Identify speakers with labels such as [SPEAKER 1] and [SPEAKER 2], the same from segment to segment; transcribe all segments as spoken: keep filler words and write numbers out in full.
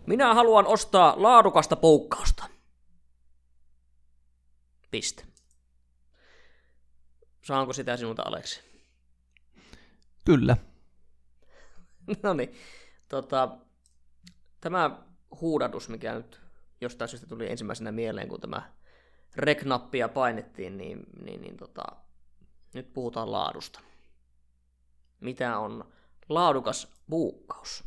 [SPEAKER 1] Minä haluan ostaa laadukasta puukkausta. Piste. Saanko sitä sinulta, Aleksi?
[SPEAKER 2] Kyllä.
[SPEAKER 1] No niin. Tota, tämä huudatus, mikä nyt jostain syystä tuli ensimmäisenä mieleen, kun tämä rek-nappia painettiin, niin, niin, niin tota, nyt puhutaan laadusta. Mitä on laadukas puukkaus?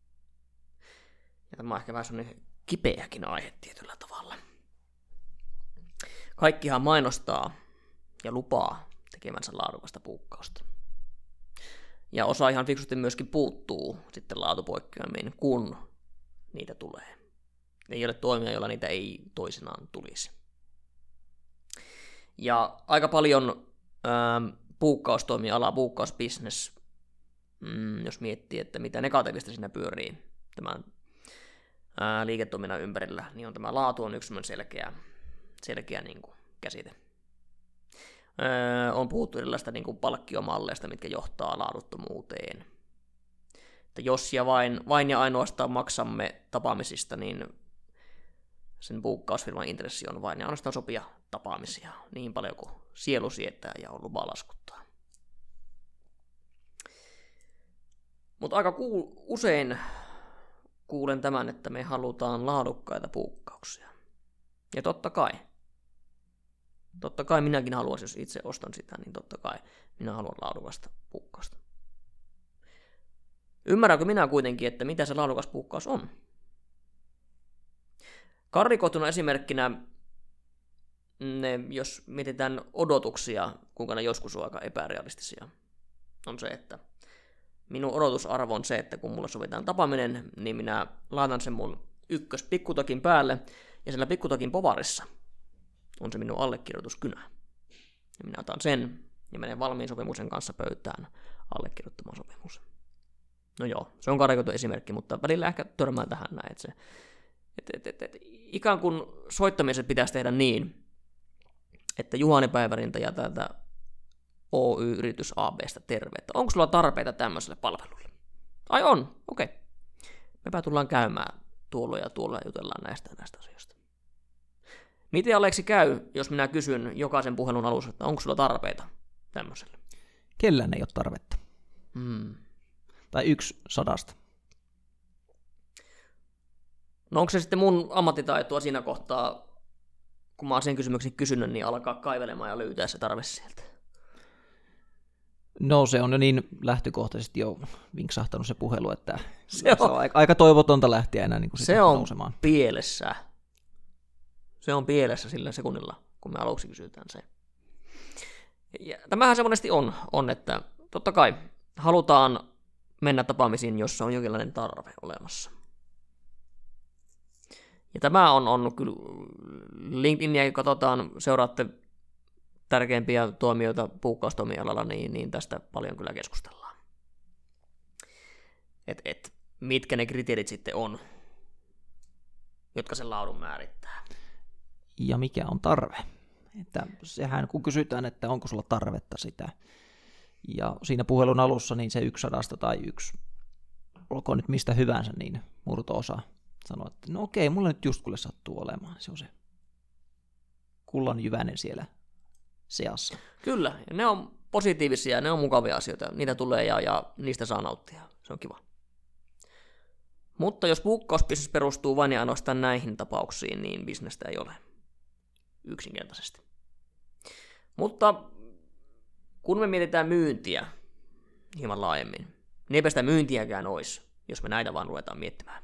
[SPEAKER 1] Ja tämä on ehkä vähän sellainen kipeäkin aihe tietyllä tavalla. Kaikkihan mainostaa ja lupaa tekemänsä laadukasta puukkausta. Ja osa ihan fiksusti myöskin puuttuu sitten laatupoikkeamiin, kun niitä tulee. Ei ole toimia, joilla niitä ei toisinaan tulisi. Ja aika paljon ähm, puukkaustoimialaa, puukkausbusiness, mm, jos miettii, että mitä negatiivista siinä pyörii tämän ää, liiketoiminnan ympärillä, niin on tämä laatu on yksi selkeä, selkeä niin kuin, käsite. Öö, on puhuttu erilaista niin kuin palkkiomalleista, mitkä johtaa laaduttomuuteen. Että jos ja vain, vain ja ainoastaan maksamme tapaamisista, niin sen puukkausfirman intressi on vain ja ainoastaan sopia tapaamisia niin paljon kuin sielu sietää ja on lupa laskuttaa. Mutta aika kuul- usein kuulen tämän, että me halutaan laadukkaita puukkauksia. Ja totta kai. Totta kai minäkin haluaisin, jos itse ostan sitä, niin totta kai minä haluan laadukasta puukkausta. Ymmärränkö minä kuitenkin, että mitä se laadukas puukkaus on? Karrikoituna esimerkkinä, ne, jos mietitään odotuksia, kuinka ne joskus on aika epärealistisia, on se, että minun odotusarvo on se, että kun mulla sovitaan tapaaminen, niin minä laitan sen mun ykkös pikkutakin päälle, ja siellä pikkutakin povarissa on se minun allekirjoituskynä. Ja minä otan sen, ja menen valmiin sopimuksen kanssa pöytään allekirjoittamaan sopimus. No joo, se on karrikoitu esimerkki, mutta välillä ehkä törmää tähän näin, että se, et, et, et, et, ikään kuin soittamiset pitäisi tehdä niin, että Juhani Päivärinta ja täältä Oy-yritys A B:stä terve, että onko sulla tarpeita tämmöiselle palvelulle? Ai on, okei. Okay. Mepä tullaan käymään tuolla ja tuolla ja jutellaan näistä ja näistä asioista. Miten, Aleksi, käy, jos minä kysyn jokaisen puhelun alussa, että onko sulla tarpeita tämmöiselle?
[SPEAKER 2] Kellään ei ole tarvetta.
[SPEAKER 1] Hmm.
[SPEAKER 2] Tai yksi sadasta.
[SPEAKER 1] No onko se sitten mun ammattitaitoa siinä kohtaa, kun mä oon sen kysymyksen kysynyt, niin alkaa kaivelemaan ja löytää se tarve sieltä?
[SPEAKER 2] No se on jo niin lähtökohtaisesti jo vinksahtanut se puhelu, että
[SPEAKER 1] se on,
[SPEAKER 2] se on aika, aika toivotonta lähteä enää niin kuin
[SPEAKER 1] se on
[SPEAKER 2] nousemaan.
[SPEAKER 1] pielessä. Se on pielessä sillä sekunnilla, kun me aluksi kysytään se. Ja tämähän se monesti on, on, että totta kai halutaan mennä tapaamisiin, jossa on jonkinlainen tarve olemassa. Ja tämä on, on kyllä LinkedInia, kun katsotaan, seuraatte tärkeimpiä toimijoita puukkaustoimialalla, niin, niin tästä paljon kyllä keskustellaan. Et, et, mitkä ne kriteerit sitten on, jotka sen laadun määrittää.
[SPEAKER 2] Ja mikä on tarve? Että sehän kun kysytään, että onko sulla tarvetta sitä, ja siinä puhelun alussa niin se yksi sadasta tai yksi, olkoon nyt mistä hyvänsä, niin murto-osa sanoo, että no okei, mulla nyt just kuule sattuu olemaan. Se on se kullan jyvänen siellä seassa.
[SPEAKER 1] Kyllä, ja ne on positiivisia, ne on mukavia asioita, niitä tulee ja, ja niistä saa nauttia, se on kiva. Mutta jos puukkausbisnes perustuu vain ja ainoastaan näihin tapauksiin, niin bisnestä ei ole. Yksinkertaisesti. Mutta kun me mietitään myyntiä hieman laajemmin, niin eipä sitä myyntiäkään olisi, jos me näitä vaan ruvetaan miettimään.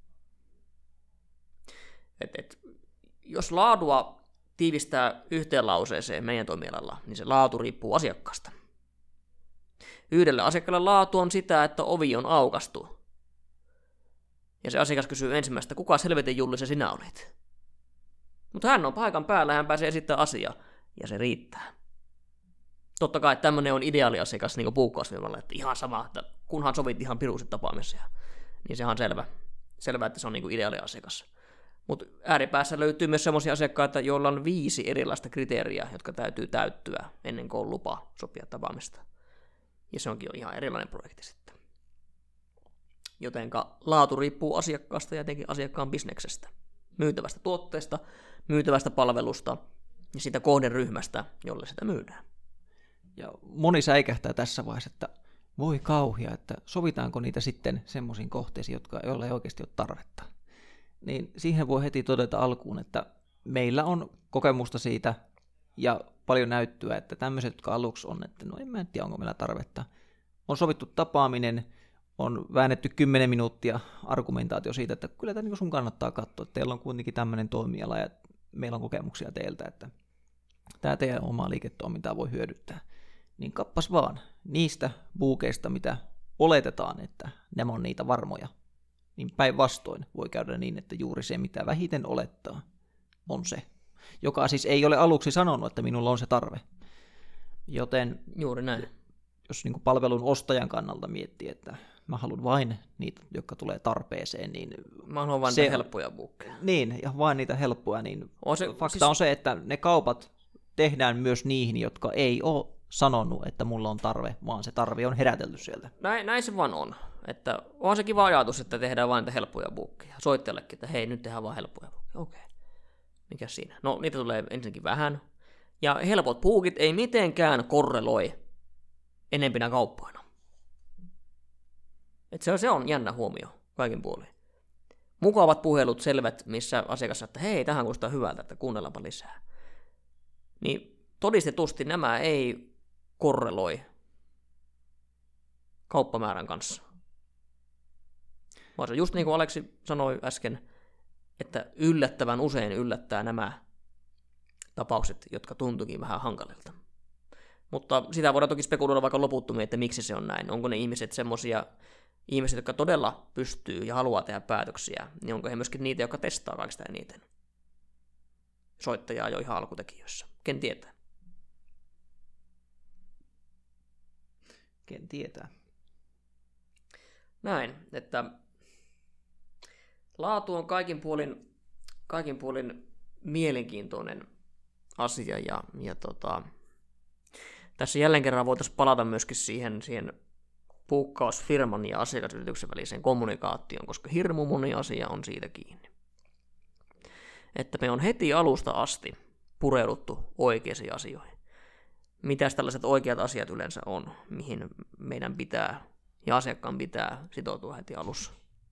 [SPEAKER 1] Et, et, jos laadua tiivistää yhteen lauseeseen meidän toimialalla, niin se laatu riippuu asiakkaasta. Yhdelle asiakkaalle laatu on sitä, että ovi on aukastu. Ja se asiakas kysyy ensimmäistä, kuka helvetin Julli se sinä olit? Mutta hän on paikan päällä, hän pääsee esittämään asiaa, ja se riittää. Totta kai tämmöinen on ideaaliasiakas niin kuin puukkausfirmalle, että ihan sama, että kunhan sovit ihan piruiset tapaamisia, niin sehän on selvä, selvä että se on niin kuin ideaaliasiakas. Mutta ääripäässä löytyy myös sellaisia asiakkaita, joilla on viisi erilaista kriteeriä, jotka täytyy täyttyä ennen kuin on lupa sopia tapaamista. Ja se onkin jo ihan erilainen projekti sitten. jotenka laatu riippuu asiakkaasta ja etenkin asiakkaan bisneksestä, myytävästä tuotteesta, myytävästä palvelusta ja siitä kohderyhmästä, jolle sitä myydään.
[SPEAKER 2] Ja moni säikähtää tässä vaiheessa, että voi kauhia, että sovitaanko niitä sitten semmoisiin kohteisiin, jotka, joilla ei oikeasti ole tarvetta. Niin siihen voi heti todeta alkuun, että meillä on kokemusta siitä ja paljon näyttöä, että tämmöiset, jotka aluksi on, että no en mä tiedä, onko meillä tarvetta. On sovittu tapaaminen, on väännetty kymmenen minuuttia argumentaatio siitä, että kyllä tämä niin sun kannattaa katsoa, että teillä on kuitenkin tämmöinen toimiala ja meillä on kokemuksia teiltä, että tämä teidän omaa liiketoimintaa voi hyödyttää. Niin kappas vaan niistä buukeista, mitä oletetaan, että nämä on niitä varmoja, niin päinvastoin voi käydä niin, että juuri se, mitä vähiten olettaa, on se, joka siis ei ole aluksi sanonut, että minulla on se tarve. Joten
[SPEAKER 1] juuri näin.
[SPEAKER 2] Jos niin kuin palvelun ostajan kannalta miettii, että mä haluan vain niitä, jotka tulee tarpeeseen, niin
[SPEAKER 1] mä haluan vain
[SPEAKER 2] se,
[SPEAKER 1] niitä helppoja buukkeja.
[SPEAKER 2] Niin, ja vain niitä helppoja, niin
[SPEAKER 1] on se,
[SPEAKER 2] fakta
[SPEAKER 1] siis
[SPEAKER 2] on se, että ne kaupat tehdään myös niihin, jotka ei ole sanonut, että mulla on tarve, vaan se tarve on herätelty sieltä.
[SPEAKER 1] Näin, näin se vaan on. Että on se kiva ajatus, että tehdään vain niitä helppoja buukkeja. Soittajallekin, että hei, nyt tehdään vain helppoja buukkeja. Okei. Okay. Mikäs siinä? No, niitä tulee ensinnäkin vähän. Ja helpot buukit ei mitenkään korreloi enempinä kauppoina. Et se, on, se on jännä huomio kaikin puolin. Mukavat puhelut selvät, missä asiakas sanoo, että hei, tähän kuulostaa hyvältä, että kuunnellaanpa lisää. Niin todistetusti nämä ei korreloi kauppamäärän kanssa. Vaan se just niin kuin Aleksi sanoi äsken, että yllättävän usein yllättää nämä tapaukset, jotka tuntuikin vähän hankalilta. Mutta sitä voidaan toki spekuloida vaikka loputtomia, että miksi se on näin. Onko ne ihmiset semmoisia ihmiset, jotka todella pystyy ja haluaa tehdä päätöksiä, niin onko he myöskin niitä, jotka testaa kaikista eniten soittajaa jo ihan alkutekijöissä. Ken tietää?
[SPEAKER 2] Ken tietää.
[SPEAKER 1] Näin, että laatu on kaikin puolin, kaikin puolin mielenkiintoinen asia, ja, ja tota, tässä jälleen kerran voitaisiin palata myöskin siihen, siihen puukkausfirman ja asiakasyrityksen väliseen kommunikaatioon, koska hirmu moni asia on siitä kiinni. Että me on heti alusta asti pureuduttu oikeisiin asioihin. Mitäs tällaiset oikeat asiat yleensä on, mihin meidän pitää ja asiakkaan pitää sitoutua heti alussa?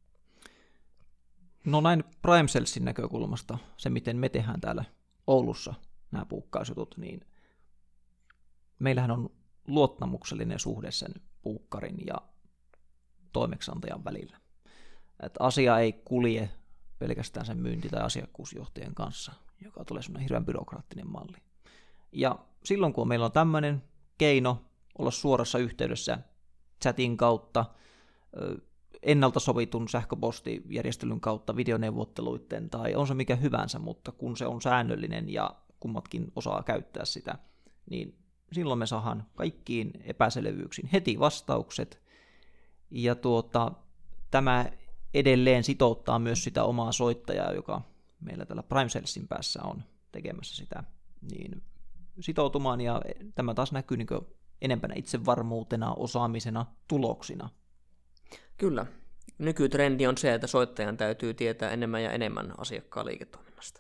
[SPEAKER 2] No näin Prime Salesin näkökulmasta, se miten me tehdään täällä Oulussa nämä puukkausjutut, niin meillähän on luottamuksellinen suhde sen puukkarin ja toimeksiantajan välillä. Että asia ei kulje pelkästään sen myynti- tai asiakkuusjohtajan kanssa, joka tulee semmoinen hirveän byrokraattinen malli. Ja silloin kun meillä on tämmöinen keino olla suorassa yhteydessä chatin kautta, ennalta sovitun sähköpostijärjestelyn kautta, videoneuvotteluiden tai on se mikä hyvänsä, mutta kun se on säännöllinen ja kummatkin osaa käyttää sitä, niin silloin me saadaan kaikkiin epäselvyyksiin heti vastaukset, ja tuota, tämä edelleen sitouttaa myös sitä omaa soittajaa, joka meillä täällä Prime Salesin päässä on tekemässä sitä, niin sitoutumaan, ja tämä taas näkyy niin enempänä itsevarmuutena, osaamisena, tuloksina.
[SPEAKER 1] Kyllä. Nykytrendi on se, että soittajan täytyy tietää enemmän ja enemmän asiakkaan liiketoiminnasta.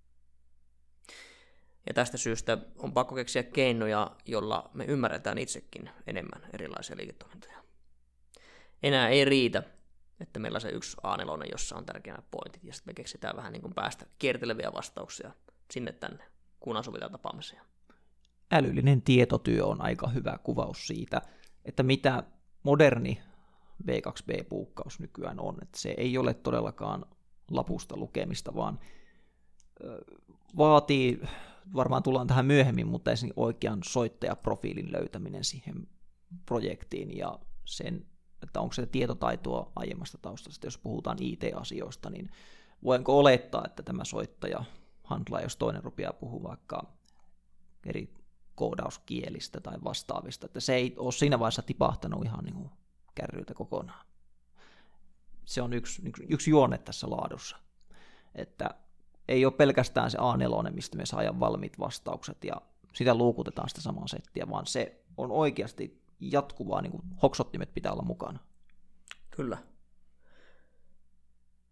[SPEAKER 1] Ja tästä syystä on pakko keksiä keinoja, jolla me ymmärretään itsekin enemmän erilaisia liiketoimintoja. Enää ei riitä, että meillä on se yksi A neljä, jossa on tärkeimmät pointit, ja sitten me keksitään vähän niin kuin päästä kierteleviä vastauksia sinne tänne, kunhan sovitaan tapaamisia.
[SPEAKER 2] Älyllinen tietotyö on aika hyvä kuvaus siitä, että mitä moderni B kaksi B-puukkaus nykyään on. Että se ei ole todellakaan lapusta lukemista, vaan vaatii, varmaan tullaan tähän myöhemmin, mutta esimerkiksi oikean soittajaprofiilin löytäminen siihen projektiin ja sen, että onko se tietotaitoa aiemmasta taustasta. Jos puhutaan I T-asioista, niin voinko olettaa, että tämä soittaja handlaa, jos toinen rupeaa puhumaan vaikka eri koodauskielistä tai vastaavista, että se ei ole siinä vaiheessa tipahtanut ihan niin kuin kärryiltä kokonaan. Se on yksi, yksi juone tässä laadussa, että ei ole pelkästään se A neljä, mistä me saadaan valmiit vastaukset ja sitä luukutetaan sitä samaa settiä, vaan se on oikeasti jatkuvaa, niin kuin hoksottimet pitää olla mukana.
[SPEAKER 1] Kyllä.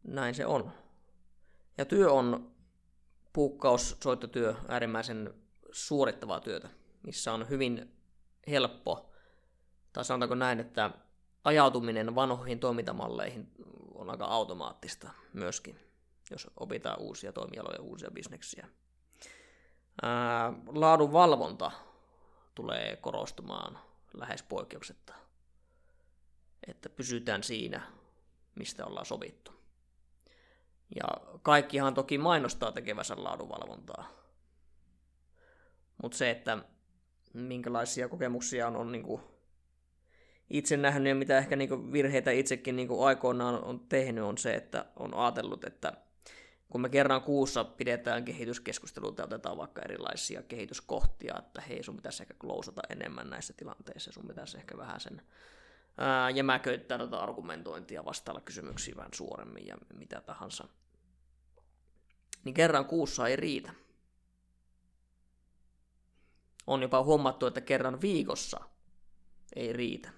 [SPEAKER 1] näin se on. Ja työ on, puukkaus, soittotyö, äärimmäisen suorittavaa työtä, missä on hyvin helppo, tai sanotaanko näin, että ajautuminen vanhoihin toimintamalleihin on aika automaattista myöskin, jos opitaan uusia toimialoja, uusia bisneksiä. Ää, laadun valvonta tulee korostumaan lähes poikkeuksetta, että pysytään siinä, mistä ollaan sovittu. Ja kaikkihan toki mainostaa tekevänsä laadunvalvontaa, mutta se, että minkälaisia kokemuksia on, on niin kuin itse nähnyt ja mitä ehkä niin kuin virheitä itsekin niin kuin aikoinaan on tehnyt, on se, että on ajatellut, että kun me kerran kuussa pidetään kehityskeskusteluita ja otetaan vaikka erilaisia kehityskohtia, että hei, sun pitäisi ehkä klousata enemmän näissä tilanteissa, sun pitäisi ehkä vähän sen ää, jämäköittää tätä argumentointia, vastailla kysymyksiin vähän suoremmin ja mitä tahansa, niin kerran kuussa ei riitä. On jopa huomattu, että kerran viikossa ei riitä.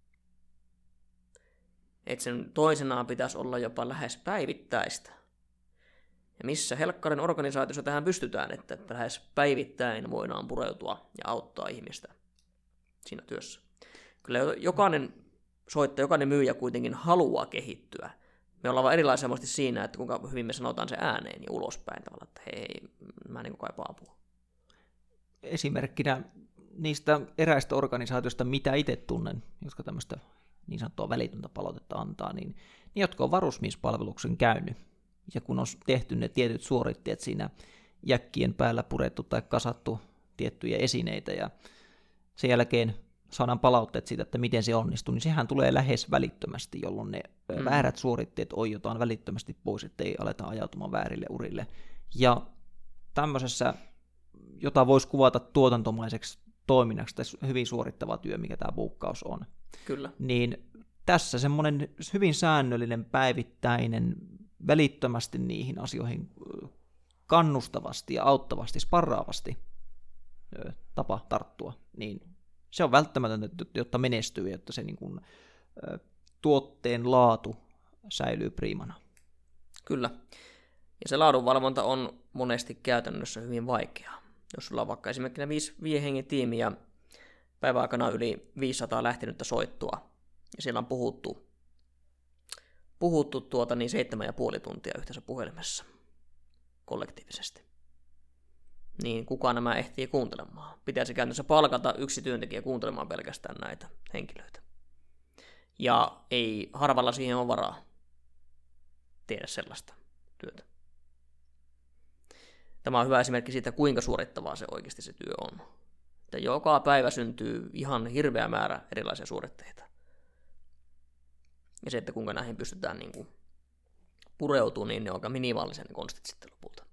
[SPEAKER 1] Että sen toisenaan pitäisi olla jopa lähes päivittäistä. Ja missä helkkarin organisaatiossa tähän pystytään, että lähes päivittäin voidaan pureutua ja auttaa ihmistä siinä työssä. Kyllä jokainen soittaja, jokainen myyjä kuitenkin haluaa kehittyä. Me ollaan vaan erilaisia siinä, että kuinka hyvin me sanotaan se ääneen ja ulospäin tavalla, että hei, mä niin kaipaan apua.
[SPEAKER 2] Esimerkkinä niistä eräistä organisaatioista, mitä itse tunnen, jotka tämmöistä niin sanottua välitöntä palautetta antaa, niin, niin jotka on varusmiespalveluksen käynyt. Ja kun on tehty ne tietyt suoritteet siinä jäkkien päällä purettu tai kasattu tiettyjä esineitä ja sen jälkeen saadaan palautteet siitä, että miten se onnistuu, niin sehän tulee lähes välittömästi, jolloin ne mm. väärät suoritteet oiotaan välittömästi pois, ettei aleta ajautumaan väärille urille. Ja tämmöisessä, jota voisi kuvata tuotantomaiseksi toiminnaksi, tai hyvin suorittava työ, mikä tämä buukkaus on,
[SPEAKER 1] Kyllä.
[SPEAKER 2] niin tässä semmoinen hyvin säännöllinen, päivittäinen, välittömästi niihin asioihin kannustavasti ja auttavasti, sparraavasti tapa tarttua, niin se on välttämätöntä, jotta menestyy, jotta se niin kuin, tuotteen laatu säilyy priimana.
[SPEAKER 1] Kyllä. Ja se laadunvalvonta on monesti käytännössä hyvin vaikeaa. Jos sulla on vaikka esimerkiksi viisi, viiden hengen tiimi ja päiväaikana yli viisisataa lähtenyttä soittua, ja siellä on puhuttu, puhuttu tuota niin seitsemän ja puoli tuntia yhteensä puhelimessa kollektiivisesti, niin kuka nämä ehtii kuuntelemaan? Pitäisi käytännössä palkata yksi työntekijä kuuntelemaan pelkästään näitä henkilöitä. Ja ei harvalla siihen ole varaa tehdä sellaista työtä. Tämä on hyvä esimerkki siitä, kuinka suorittavaa se oikeasti se työ on. Että joka päivä syntyy ihan hirveä määrä erilaisia suoritteita. Ja se, että kuinka näihin pystytään niin kuin pureutumaan, niin ne on aika minimaalisen konstit sitten lopulta.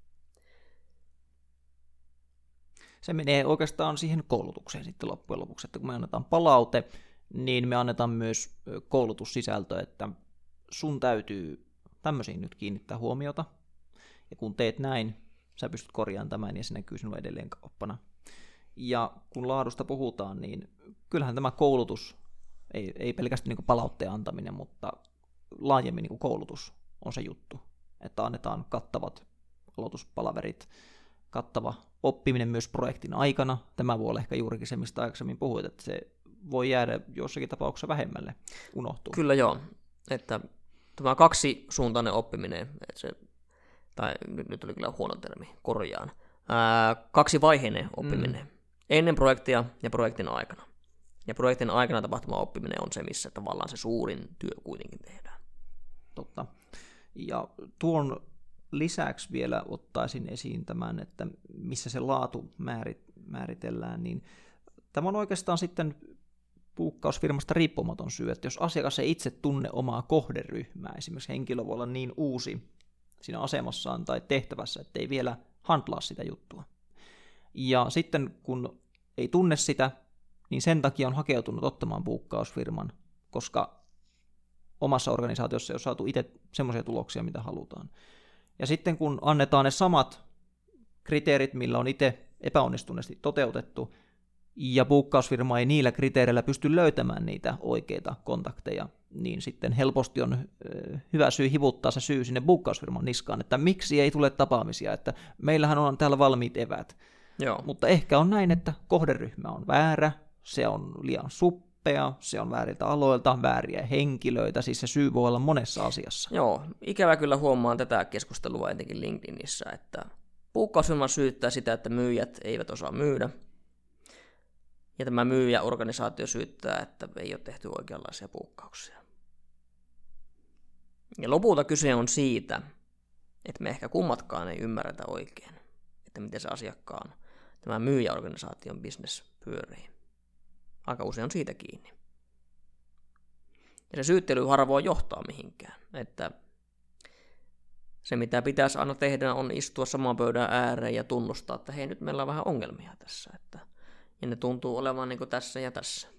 [SPEAKER 2] Se menee oikeastaan siihen koulutukseen sitten loppujen lopuksi, että kun me annetaan palaute, niin me annetaan myös koulutussisältö, että sun täytyy tämmöisiin nyt kiinnittää huomiota, ja kun teet näin, sä pystyt korjaamaan tämän, ja se näkyy sinulle edelleen oppana. Ja kun laadusta puhutaan, niin kyllähän tämä koulutus, ei, ei pelkästään niin palautteen antaminen, mutta laajemmin niin koulutus on se juttu, että annetaan kattavat aloituspalaverit, kattava oppiminen myös projektin aikana. Tämä voi olla ehkä juurikin se, mistä aikaisemmin puhuit, että se voi jäädä jossakin tapauksessa vähemmälle, unohtuu.
[SPEAKER 1] Kyllä joo, että tämä kaksisuuntainen oppiminen, että se, tai nyt oli kyllä huono termi, korjaan, ää, kaksivaiheinen oppiminen, mm. ennen projektia ja projektin aikana. Ja projektin aikana tapahtuva oppiminen on se, missä tavallaan se suurin työ kuitenkin tehdään.
[SPEAKER 2] Totta. Ja tuon lisäksi vielä ottaisin esiin tämän, että missä se laatu määritellään, niin tämä on oikeastaan sitten buukkausfirmasta riippumaton syy, että jos asiakas ei itse tunne omaa kohderyhmää, esimerkiksi henkilö voi olla niin uusi siinä asemassaan tai tehtävässä, että ei vielä handlaa sitä juttua. Ja sitten kun ei tunne sitä, niin sen takia on hakeutunut ottamaan buukkausfirman, koska omassa organisaatiossa ei ole saatu itse semmoisia tuloksia, mitä halutaan. Ja sitten kun annetaan ne samat kriteerit, millä on itse epäonnistuneesti toteutettu, ja buukkausfirma ei niillä kriteereillä pysty löytämään niitä oikeita kontakteja, niin sitten helposti on hyvä syy hivuttaa se syy sinne buukkausfirman niskaan, että miksi ei tule tapaamisia, että meillähän on täällä valmiit eväät.
[SPEAKER 1] Joo.
[SPEAKER 2] Mutta ehkä on näin, että kohderyhmä on väärä, se on liian suppea, se on vääriltä aloilta, vääriä henkilöitä, siis se syy voi olla monessa asiassa.
[SPEAKER 1] Joo, ikävä kyllä huomaan tätä keskustelua etenkin LinkedInissä, että buukkausfirma syyttää sitä, että myyjät eivät osaa myydä, ja tämä myyjäorganisaatio syyttää, että ei ole tehty oikeanlaisia buukkauksia. Ja lopulta kyse on siitä, että me ehkä kummatkaan ei ymmärretä oikein, että miten se asiakkaan, tämä myyjäorganisaation business pyörii. Aika usein on siitä kiinni. Ja se syyttely harvoin johtaa mihinkään. Että se, mitä pitäisi aina tehdä, on istua saman pöydän ääreen ja tunnustaa, että hei, nyt meillä on vähän ongelmia tässä. Että, ja ne tuntuu olevan niin kuin tässä ja tässä.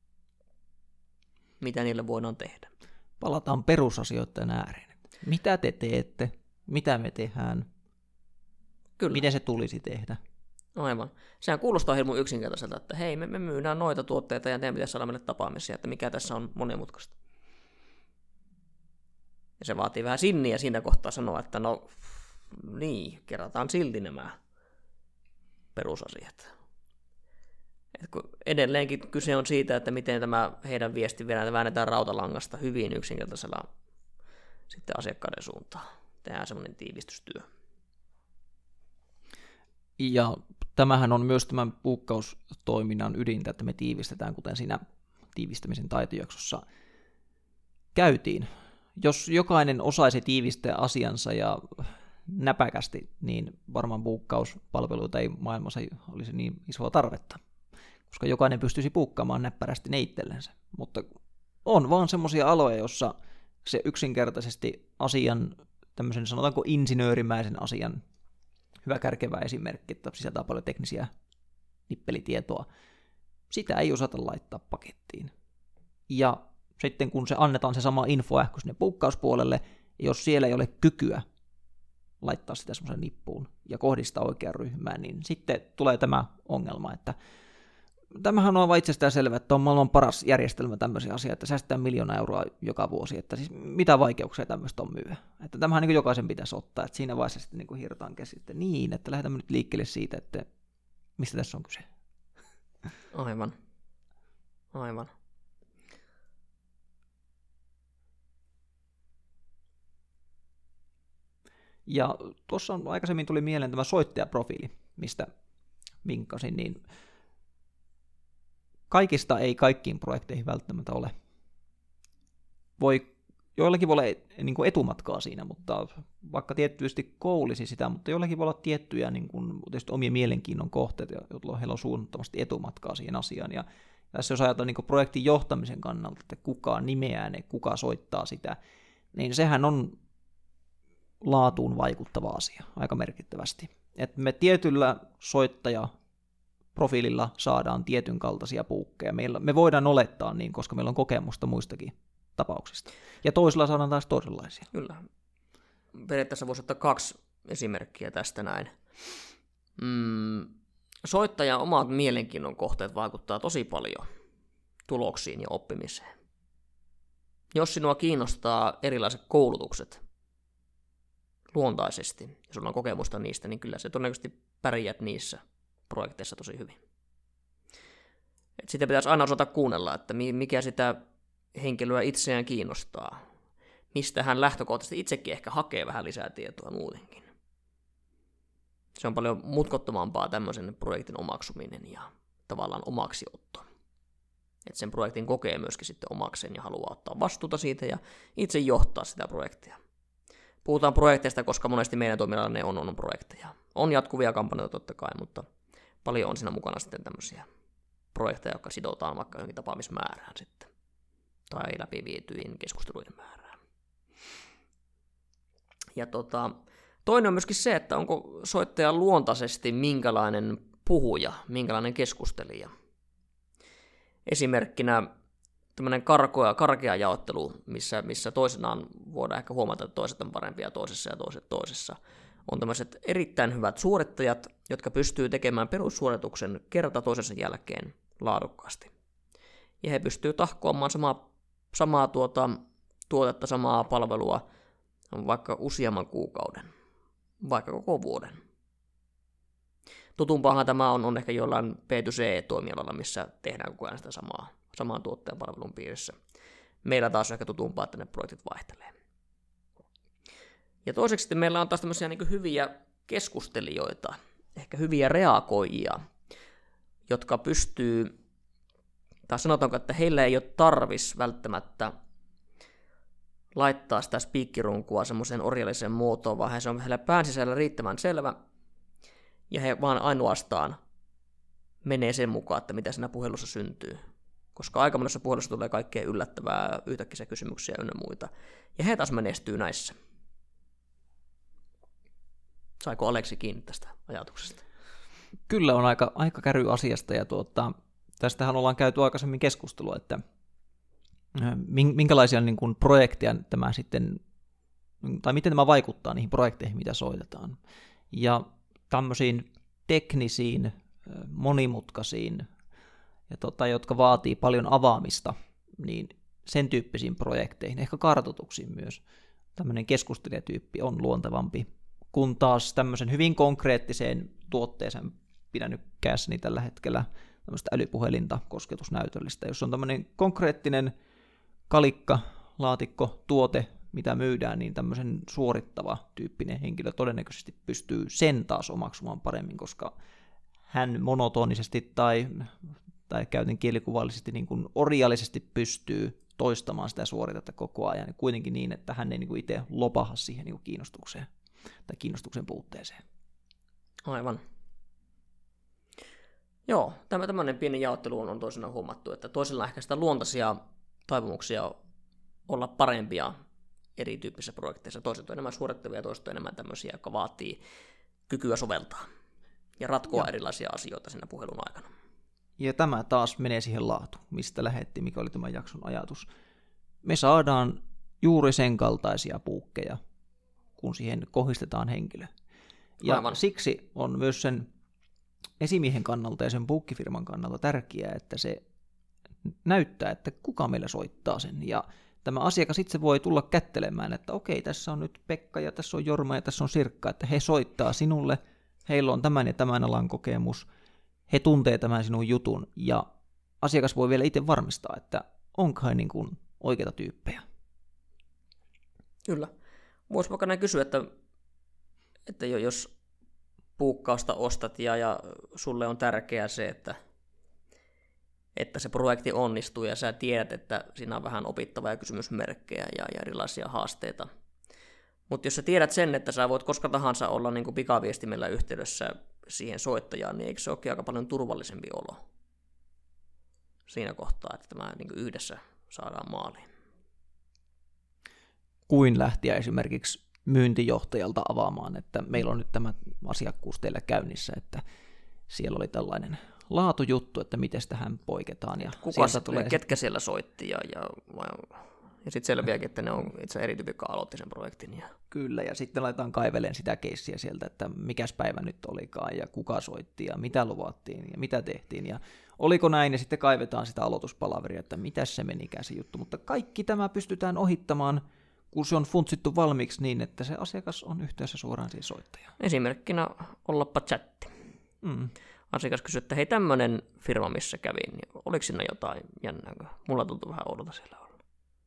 [SPEAKER 1] Mitä niille voidaan tehdä?
[SPEAKER 2] Palataan perusasioiden ääreen. Mitä te teette? Mitä me tehdään?
[SPEAKER 1] Kyllä.
[SPEAKER 2] Miten se tulisi tehdä?
[SPEAKER 1] Aivan. Sehän kuulostaa hirveän yksinkertaiselta, että hei, me, me myydään noita tuotteita ja teidän pitäisi saada meille tapaamisia, että mikä tässä on monimutkaista. Ja se vaatii vähän sinniä siinä kohtaa sanoa, että no niin, kerrataan silti nämä perusasiat. Et kun edelleenkin kyse on siitä, että miten tämä heidän viesti väännetään rautalangasta hyvin yksinkertaisella sitten asiakkaiden suuntaan. Tehdään semmoinen tiivistystyö.
[SPEAKER 2] Ja tämähän on myös tämän buukkaustoiminnan ydintä, että me tiivistetään, kuten siinä tiivistämisen taitojaksossa käytiin. Jos jokainen osaisi tiivistää asiansa ja näpäkästi, niin varmaan buukkauspalveluita ei maailmassa olisi niin isoa tarvetta, koska jokainen pystyisi buukkaamaan näppärästi ne itsellensä. Mutta on vaan semmoisia aloja, jossa se yksinkertaisesti asian, tämmöisen sanotaanko insinöörimäisen asian, hyvä kärkevä esimerkki, että sisältää paljon teknisiä nippelitietoa. Sitä ei osata laittaa pakettiin. Ja sitten kun se annetaan se sama infoähky sinne buukkauspuolelle, jos siellä ei ole kykyä laittaa sitä semmoisen nippuun ja kohdistaa oikeaan ryhmään, niin sitten tulee tämä ongelma, että tämähän on aivan itsestään selvä, että on maailman paras järjestelmä tämmöisiä asioita, että säästetään miljoona euroa joka vuosi, että siis mitä vaikeuksia tämmöistä on myyä. Että tämähän niin kuin jokaisen pitäisi ottaa, että siinä vaiheessa sitten niin kuin hirtaan käsi, että niin, että lähdetään nyt liikkeelle siitä, että mistä tässä on kyse.
[SPEAKER 1] Aivan. Aivan.
[SPEAKER 2] Ja tuossa on, aikaisemmin tuli mieleen tämä soittajaprofiili, mistä vinkkasin, niin kaikista ei kaikkiin projekteihin välttämättä ole. Voi, joillakin voi olla niin kuin etumatkaa siinä, mutta vaikka tietysti koulisi sitä, mutta joillakin voi olla tiettyjä niin kuin, tietysti omia mielenkiinnon kohteita, joilla heillä on suunnattomasti etumatkaa siihen asiaan. Ja tässä jos ajatellaan niin kuin projektin johtamisen kannalta, että kuka nimeää ne, kuka soittaa sitä, niin sehän on laatuun vaikuttava asia aika merkittävästi. Et me tietyllä soittajaprofiililla saadaan tietyn kaltaisia buukkeja. Meillä, me voidaan olettaa niin, koska meillä on kokemusta muistakin tapauksista. Ja toisilla saadaan taas toisenlaisia.
[SPEAKER 1] Kyllä. Periaatteessa voisi ottaa kaksi esimerkkiä tästä näin. Mm, soittajan omat mielenkiinnon kohteet vaikuttaa tosi paljon tuloksiin ja oppimiseen. Jos sinua kiinnostaa erilaiset koulutukset luontaisesti, ja sulla on kokemusta niistä, niin kyllä se todennäköisesti pärjät niissä projekteissa tosi hyvin. Et sitä pitäisi aina osata kuunnella, että mikä sitä henkilöä itseään kiinnostaa, mistä hän lähtökohtaisesti itsekin ehkä hakee vähän lisää tietoa muutenkin. Se on paljon mutkottomampaa tämmöisen projektin omaksuminen ja tavallaan omaksiotto. Että sen projektin kokee myöskin sitten omakseen ja haluaa ottaa vastuuta siitä ja itse johtaa sitä projektia. Puhutaan projekteista, koska monesti meidän toiminnalla ne on, on projekteja. On jatkuvia kampanjoita totta kai, mutta paljon on siinä mukana sitten tämmöisiä projekteja, jotka sidotaan vaikka johonkin tapaamismäärään sitten. Tai läpi vietyjen keskusteluiden määrään. Ja tota, toinen on myöskin se, että onko soittaja luontaisesti minkälainen puhuja, minkälainen keskustelija. Esimerkkinä tämmöinen karkea, karkea jaottelu, missä, missä toisenaan voidaan ehkä huomata, että toiset on parempia toisessa ja toiset toisessa. On tämmöiset erittäin hyvät suorittajat, jotka pystyy tekemään perussuorituksen kerta toisensa jälkeen laadukkaasti. Ja he pystyvät tahkoamaan samaa samaa tuota, tuotetta, samaa palvelua vaikka useamman kuukauden, vaikka koko vuoden. Tutumpaahan tämä on, on ehkä jollain B two C-toimialalla, missä tehdään koko ajan sitä samaa, samaan tuottajan palvelun piirissä. Meillä taas on ehkä tutumpaa, että ne projektit vaihtelee. Ja toiseksi sitten meillä on taas tämmöisiä niin kuin hyviä keskustelijoita, ehkä hyviä reagoijia, jotka pystyy, tai sanotaanko, että heillä ei ole tarvis välttämättä laittaa sitä spiikkirunkua semmoiseen orjalliseen muotoon, vaan se on heillä pään sisällä riittävän selvä, ja he vaan ainoastaan menee sen mukaan, että mitä siinä puhelussa syntyy. Koska aika monessa puhelussa tulee kaikkea yllättävää, yhtäkkiä kysymyksiä ynnä muita, ja he taas menestyy näissä. Saiko Aleksi kiinni tästä ajatuksesta?
[SPEAKER 2] Kyllä on aika, aika käry asiasta, ja tuota, tästähän ollaan käyty aikaisemmin keskustelua, että minkälaisia niin kuin projekteja tämä sitten, tai miten tämä vaikuttaa niihin projekteihin, mitä soitetaan. Ja tämmöisiin teknisiin, monimutkaisiin, ja tota, jotka vaatii paljon avaamista, niin sen tyyppisiin projekteihin, ehkä kartoituksiin myös, tämmöinen keskustelijatyyppi on luontevampi, kun taas tämmöisen hyvin konkreettiseen tuotteeseen pidän nyt kässäni tällä hetkellä tämmöistä älypuhelinta kosketusnäytöllistä, jos on tämmöinen konkreettinen kalikka, laatikko, tuote, mitä myydään, niin tämmöisen suorittava tyyppinen henkilö todennäköisesti pystyy sen taas omaksumaan paremmin, koska hän monotonisesti tai, tai käytän kielikuvallisesti niin kuin orjallisesti pystyy toistamaan sitä suoritetta koko ajan, ja kuitenkin niin, että hän ei niin kuin itse lopaha siihen niin kuin kiinnostukseen tai kiinnostuksen puutteeseen.
[SPEAKER 1] Aivan. Joo, tämä tämmöinen pieni jaottelu on toisinaan huomattu, että toisilla on ehkä sitä luontaisia taipumuksia olla parempia erityyppisissä projekteissa. Toiset on enemmän suorittavia ja toiset on enemmän tämmöisiä, jotka vaatii kykyä soveltaa ja ratkoa ja erilaisia asioita siinä puhelun aikana.
[SPEAKER 2] Ja tämä taas menee siihen laatuun, mistä lähdettiin, mikä oli tämän jakson ajatus. Me saadaan juuri sen kaltaisia puukkeja, kun siihen kohdistetaan henkilö. Ja Aivan. siksi on myös sen esimiehen kannalta ja sen puukkifirman kannalta tärkeää, että se näyttää, että kuka meillä soittaa sen. Ja tämä asiakas itse voi tulla kättelemään, että okei, tässä on nyt Pekka ja tässä on Jorma ja tässä on Sirkka, että he soittaa sinulle, heillä on tämän ja tämän alan kokemus, he tuntee tämän sinun jutun, ja asiakas voi vielä itse varmistaa, että onko he niin kuin oikeita tyyppejä.
[SPEAKER 1] Kyllä. Voisi vaikka näin kysyä, että, että jos puukkausta ostat ja, ja sulle on tärkeää se, että, että se projekti onnistuu ja sä tiedät, että siinä on vähän opittavaa ja kysymysmerkkejä ja, ja erilaisia haasteita. Mutta jos sä tiedät sen, että sä voit koska tahansa olla niin kuin pikaviestimellä yhteydessä siihen soittajaan, niin eikö se olekin aika paljon turvallisempi olo siinä kohtaa, että tämä niin kuin yhdessä saadaan maaliin?
[SPEAKER 2] Kuin lähtiä esimerkiksi myyntijohtajalta avaamaan, että meillä on nyt tämä asiakkuus teillä käynnissä, että siellä oli tällainen laatujuttu, että miten tähän poiketaan. Ja
[SPEAKER 1] kuka se tulee, ketkä siellä soitti, ja, ja, ja sitten selviääkin, että ne on itse eri tyyppi, joka aloitti sen projektin. Ja...
[SPEAKER 2] Kyllä, ja sitten laitetaan kaiveleen sitä keissiä sieltä, että mikäs päivä nyt olikaan, ja kuka soitti, ja mitä luvattiin, ja mitä tehtiin, ja oliko näin, ja sitten kaivetaan sitä aloituspalaveria, että mitäs se menikään se juttu, mutta kaikki tämä pystytään ohittamaan, kun se on funtsittu valmiiksi niin, että se asiakas on yhteydessä suoraan siihen soittajaan.
[SPEAKER 1] Esimerkkinä ollapa chatti.
[SPEAKER 2] Mm.
[SPEAKER 1] Asiakas kysyi, että hei, tämmöinen firma, missä kävin, niin oliko siinä jotain jännää? Mulla tuntuu vähän oudolta siellä olla.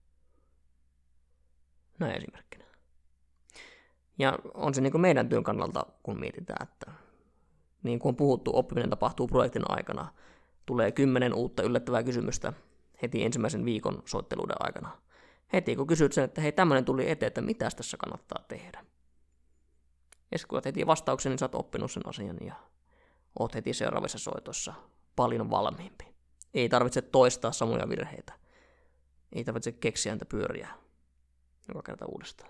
[SPEAKER 1] Näin esimerkkinä. Ja on se niin kuin meidän työn kannalta, kun mietitään, että niin kuin on puhuttu, oppiminen tapahtuu projektin aikana. Tulee kymmenen uutta yllättävää kysymystä heti ensimmäisen viikon soitteluiden aikana. Heti kun kysyt sen, että hei, tämmöinen tuli eteen, että mitäs tässä kannattaa tehdä. Ja kun olet heti vastauksen, niin sä oot oppinut sen asian ja oot heti seuraavissa soitossa paljon valmiimpi. Ei tarvitse toistaa samoja virheitä. Ei tarvitse keksiä niitä pyöriä joka kerta uudestaan.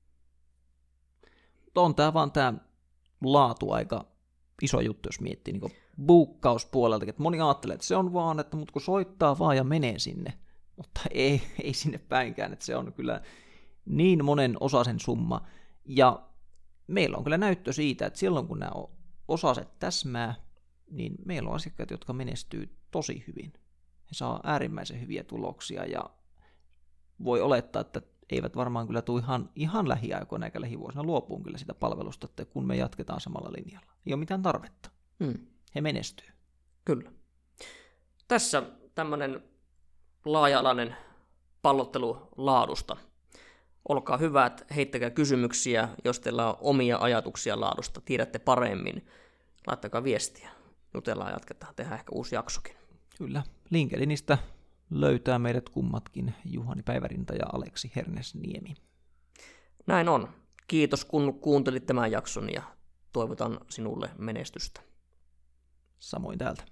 [SPEAKER 2] On tämä vaan tämä laatu aika iso juttu, jos miettii niin buukkauspuoleltakin. Että moni ajattelee, että se on vaan, että mut kun soittaa vaan ja menee sinne. Mutta ei, ei sinne päinkään, että se on kyllä niin monen osasen summa. Ja meillä on kyllä näyttö siitä, että silloin kun nämä osaset täsmää, niin meillä on asiakkaat, jotka menestyy tosi hyvin. He saa äärimmäisen hyviä tuloksia ja voi olettaa, että eivät varmaan kyllä tule ihan, ihan lähiaikoina eikä lähivuosina luopuun kyllä sitä palvelusta, että kun me jatketaan samalla linjalla. Ei ole mitään tarvetta.
[SPEAKER 1] Hmm.
[SPEAKER 2] He menestyy.
[SPEAKER 1] Kyllä. Tässä tämmöinen laaja-alainen pallottelu laadusta. Olkaa hyvät, heittäkää kysymyksiä, jos teillä on omia ajatuksia laadusta, tiedätte paremmin. Laittakaa viestiä. Jutellaan, jatketaan, tehdään ehkä uusi jaksokin.
[SPEAKER 2] Kyllä. LinkedInistä löytää meidät kummatkin, Juhani Päivärinta ja Aleksi Hernesniemi.
[SPEAKER 1] Näin on. Kiitos kun kuuntelit tämän jakson ja toivotan sinulle menestystä.
[SPEAKER 2] Samoin täältä.